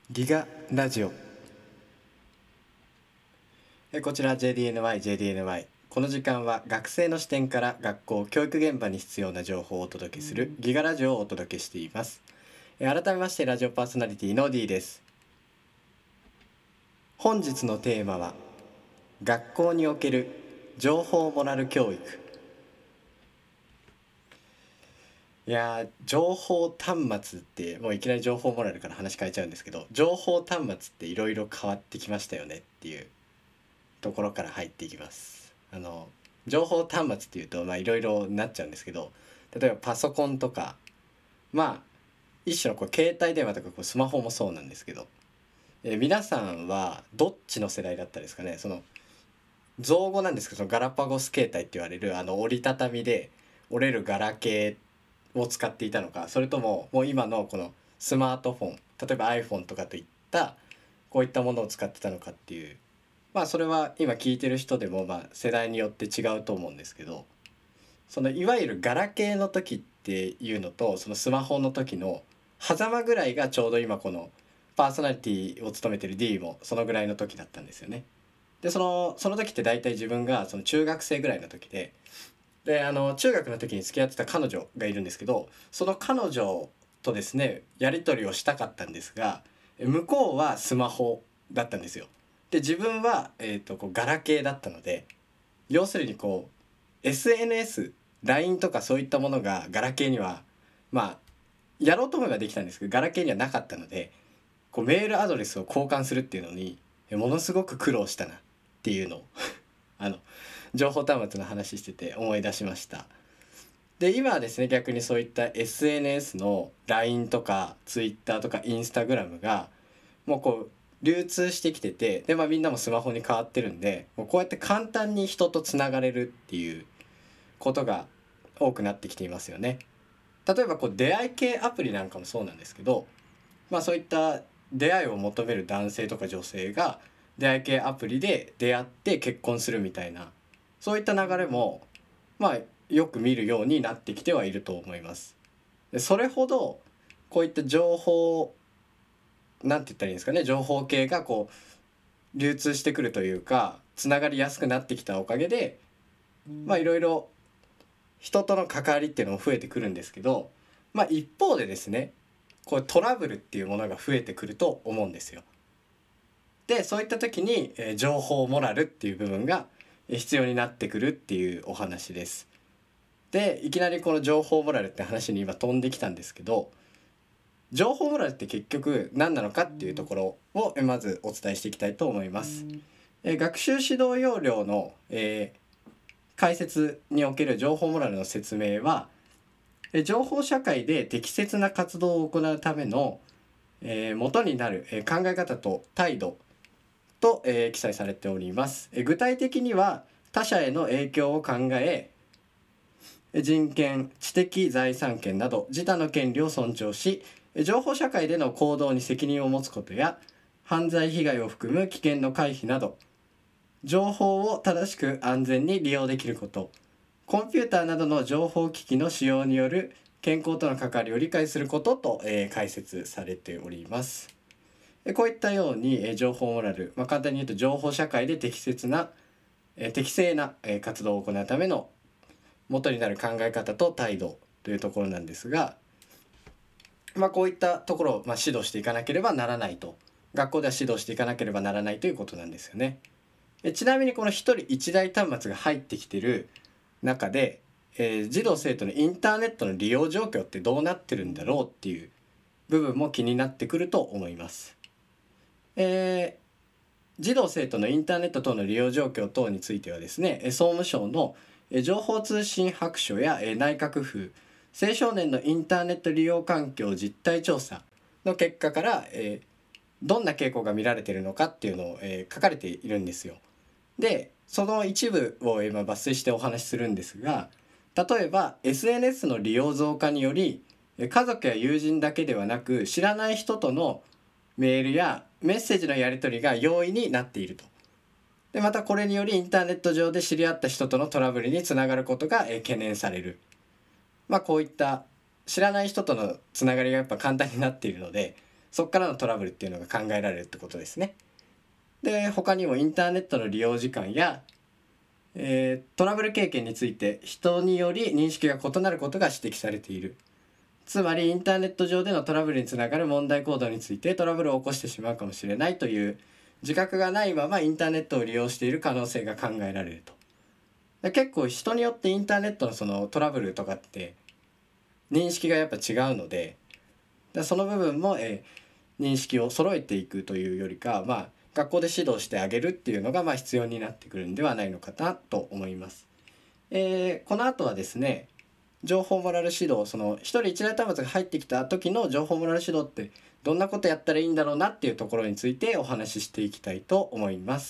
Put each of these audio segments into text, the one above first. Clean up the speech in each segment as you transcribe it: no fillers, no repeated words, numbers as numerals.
ギガラジオ。こちら JDNY。この時間は学生の視点から学校教育現場に必要な情報をお届けするギガラジオをお届けしています。改めましてラジオパーソナリティの D です。本日のテーマは学校における情報モラル教育。情報端末ってもういきなり情報モラルから話変えちゃうんですけど、情報端末っていろいろ変わってきましたよねっていうところから入っていきます。情報端末っていうといろいろなっちゃうんですけど、例えばパソコンとか一種の携帯電話とかスマホもそうなんですけど、皆さんはどっちの世代だったですかね。その造語なんですけど、そのガラパゴス携帯って言われる折りたたみで折れるガラケーを使っていたのか、それとももう今のこのスマートフォン、例えば iPhone とかといったこういったものを使ってたのかっていう、それは今聞いてる人でも世代によって違うと思うんですけど、そのいわゆるガラケーの時っていうのとそのスマホの時の狭間ぐらいがちょうど今このパーソナリティを務めてる D もそのぐらいの時だったんですよね。でその時って大体自分がその中学生ぐらいの時で、中学の時に付き合ってた彼女がいるんですけど、その彼女とですねやり取りをしたかったんですが、向こうはスマホだったんですよ。で自分は、ガラケーだったので、要するにSNS、LINE とかそういったものがガラケーにはやろうと思えばできたんですけど、ガラケーにはなかったので、メールアドレスを交換するっていうのにものすごく苦労したなっていうのを情報端末の話してて思い出しました。で今はですね、逆にそういった SNS の LINE とか Twitter とか Instagram がもう流通してきてて、でみんなもスマホに変わってるんで、もうこうやって簡単に人とつながれるっていうことが多くなってきていますよね。例えば出会い系アプリなんかもそうなんですけど、そういった出会いを求める男性とか女性が出会い系アプリで出会って結婚するみたいな、そういった流れもよく見るようになってきてはいると思います。でそれほどこういった情報、なんて言ったらいいんですかね、情報系が流通してくるというかつながりやすくなってきたおかげでいろいろ人との関わりっていうのも増えてくるんですけど、一方でですね、トラブルっていうものが増えてくると思うんですよ。でそういった時に、情報モラルっていう部分が必要になってくるっていうお話です。でいきなりこの情報モラルって話に今飛んできたんですけど、情報モラルって結局何なのかっていうところをまずお伝えしていきたいと思います。学習指導要領の、解説における情報モラルの説明は、情報社会で適切な活動を行うための、元になる、考え方と態度と、記載されております。具体的には他者への影響を考え、人権、知的財産権など自他の権利を尊重し、情報社会での行動に責任を持つことや犯罪被害を含む危険の回避など、情報を正しく安全に利用できること、コンピューターなどの情報機器の使用による健康との関わりを理解することと、解説されております。こういったように、情報モラル、簡単に言うと情報社会で適正な、活動を行うための元になる考え方と態度というところなんですが、こういったところを、指導していかなければならないと、学校では指導していかなければならないということなんですよね。ちなみにこの一人一台端末が入ってきてる中で、児童生徒のインターネットの利用状況ってどうなってるんだろうっていう部分も気になってくると思います。児童生徒のインターネット等の利用状況等についてはですね、総務省の情報通信白書や内閣府青少年のインターネット利用環境実態調査の結果から、どんな傾向が見られているのかっていうのを、書かれているんですよ。でその一部を今抜粋してお話しするんですが、例えば SNS の利用増加により家族や友人だけではなく知らない人とのメールやメッセージのやり取りが容易になっていると。でまたこれによりインターネット上で知り合った人とのトラブルにつながることが懸念される。こういった知らない人とのつながりがやっぱ簡単になっているので、 そこからのトラブルっていうのが考えられるってことですね。で他にもインターネットの利用時間や、トラブル経験について人により認識が異なることが指摘されている。つまりインターネット上でのトラブルにつながる問題行動についてトラブルを起こしてしまうかもしれないという自覚がないままインターネットを利用している可能性が考えられると。で結構人によってインターネットのそのトラブルとかって認識がやっぱ違うので、その部分も、認識を揃えていくというよりか、学校で指導してあげるっていうのが必要になってくるんではないのかなと思います。この後はですね、情報モラル指導、その一人一台端末が入ってきた時の情報モラル指導ってどんなことやったらいいんだろうなっていうところについてお話ししていきたいと思います。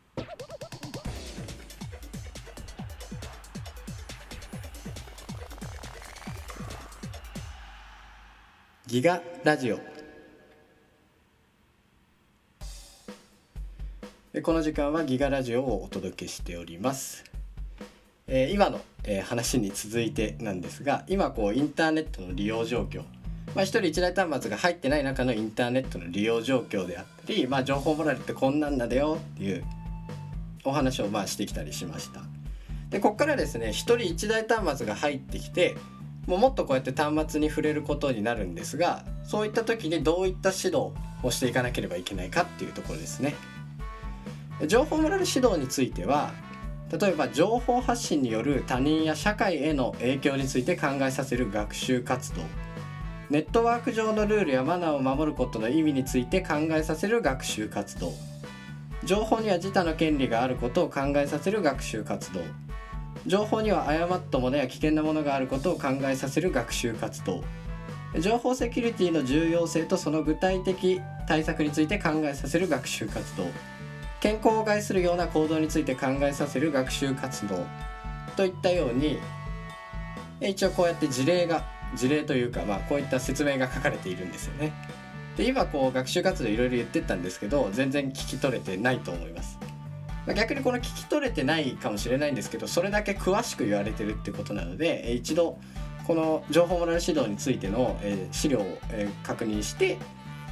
ギガラジオ。この時間はギガラジオをお届けしております。今の、話に続いてなんですが、今インターネットの利用状況、一人一台端末が入ってない中のインターネットの利用状況であったり、情報モラルってこんなんだよっていうお話をしてきたりしました。でここからですね、一人一台端末が入ってきてもっとこうやって端末に触れることになるんですが、そういった時にどういった指導をしていかなければいけないかっていうところですね。情報モラル指導については、例えば情報発信による他人や社会への影響について考えさせる学習活動、ネットワーク上のルールやマナーを守ることの意味について考えさせる学習活動、情報には自他の権利があることを考えさせる学習活動、情報には誤ったものや危険なものがあることを考えさせる学習活動、情報セキュリティの重要性とその具体的対策について考えさせる学習活動、健康を害するような行動について考えさせる学習活動といったように、一応こうやって事例というか、こういった説明が書かれているんですよね。で今学習活動いろいろ言ってったんですけど、全然聞き取れてないと思います。逆にこの聞き取れてないかもしれないんですけど、それだけ詳しく言われてるってことなので、一度この情報モラル指導についての資料を確認して、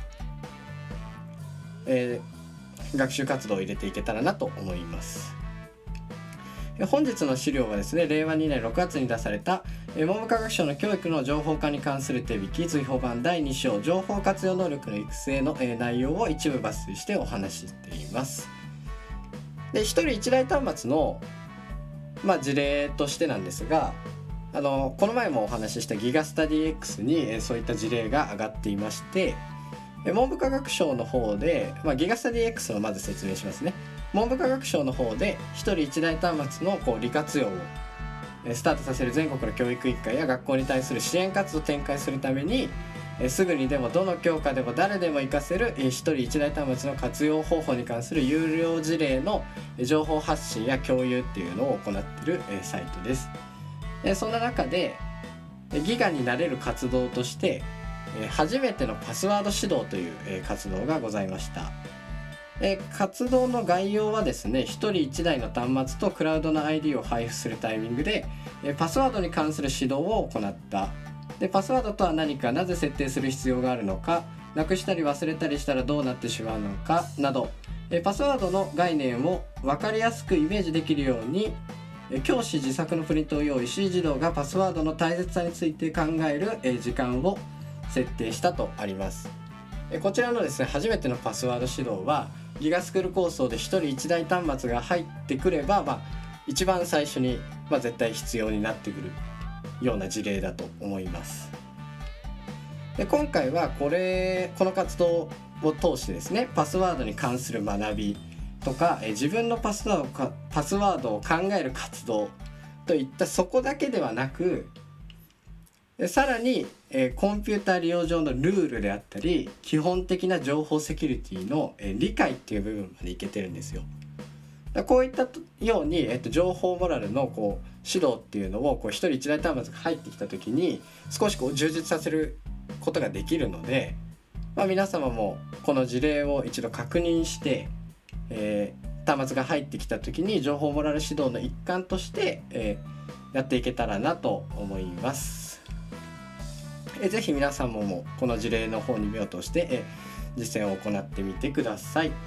学習活動を入れていけたらなと思います。本日の資料はですね、令和2年6月に出された文部科学省の教育の情報化に関する手引き追放版第2章情報活用能力の育成の内容を一部抜粋してお話ししています。で一人一台端末の、事例としてなんですが、この前もお話ししたギガスタディ X にそういった事例が上がっていまして、文部科学省の方で、ギガスタディ X をまず説明しますね。文部科学省の方で一人一台端末の利活用をスタートさせる全国の教育委員会や学校に対する支援活動を展開するために、すぐにでもどの教科でも誰でも活かせる一人一台端末の活用方法に関する有料事例の情報発信や共有っていうのを行っているサイトです。そんな中でギガになれる活動として初めてのパスワード指導という活動がございました。活動の概要はですね、一人一台の端末とクラウドの ID を配布するタイミングでパスワードに関する指導を行った。でパスワードとは何か、なぜ設定する必要があるのか、なくしたり忘れたりしたらどうなってしまうのかなど、パスワードの概念を分かりやすくイメージできるように教師自作のプリントを用意し、児童がパスワードの大切さについて考える時間を設定したとあります。こちらのですね、初めてのパスワード指導はギガスクール構想で一人一台端末が入ってくれば、一番最初に、絶対必要になってくるような事例だと思います。で今回はこの活動を通してですね、パスワードに関する学びとか自分のパスワードを考える活動といったそこだけではなく、さらにコンピューター利用上のルールであったり基本的な情報セキュリティの理解っていう部分までいけてるんですよ。こういったように、情報モラルの指導っていうのを一人一台端末が入ってきた時に少し充実させることができるので、皆様もこの事例を一度確認して、端末が入ってきた時に情報モラル指導の一環として、やっていけたらなと思います。 ぜひ皆さんもこの事例の方に目を通して実践を行ってみてください。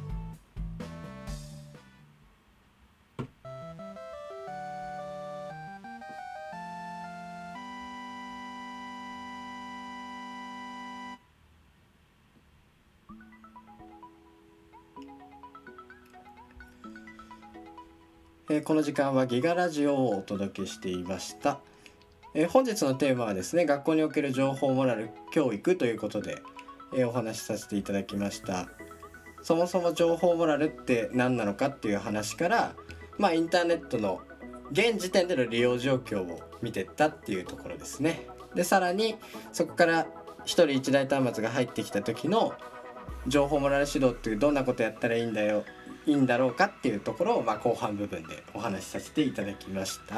この時間はギガラジオをお届けしていました。本日のテーマはですね、学校における情報モラル教育ということで、お話しさせていただきました。そもそも情報モラルって何なのかっていう話から、インターネットの現時点での利用状況を見てったっていうところですね。でさらにそこから一人一台端末が入ってきた時の情報モラル指導っていうどんなことやったらいいんだろうかっていうところを後半部分でお話しさせていただきました。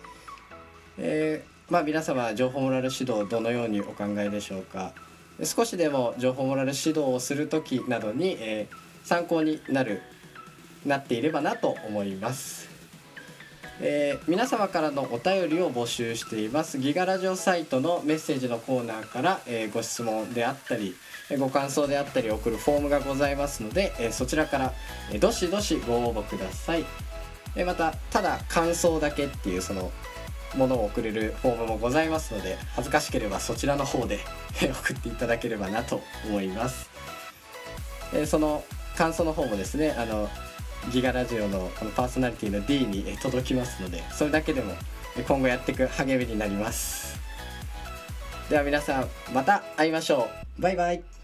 皆様は情報モラル指導どのようにお考えでしょうか。少しでも情報モラル指導をする時などに、参考になっていればなと思います。皆様からのお便りを募集しています。ギガラジオサイトのメッセージのコーナーから、ご質問であったりご感想であったり送るフォームがございますので、そちらから、どしどしご応募ください。まただ感想だけっていうそのものを送れるフォームもございますので、恥ずかしければそちらの方で送っていただければなと思います。その感想の方もですね、ギガラジオのこのパーソナリティの D に届きますので、それだけでも今後やっていく励みになります。では皆さんまた会いましょう。バイバイ。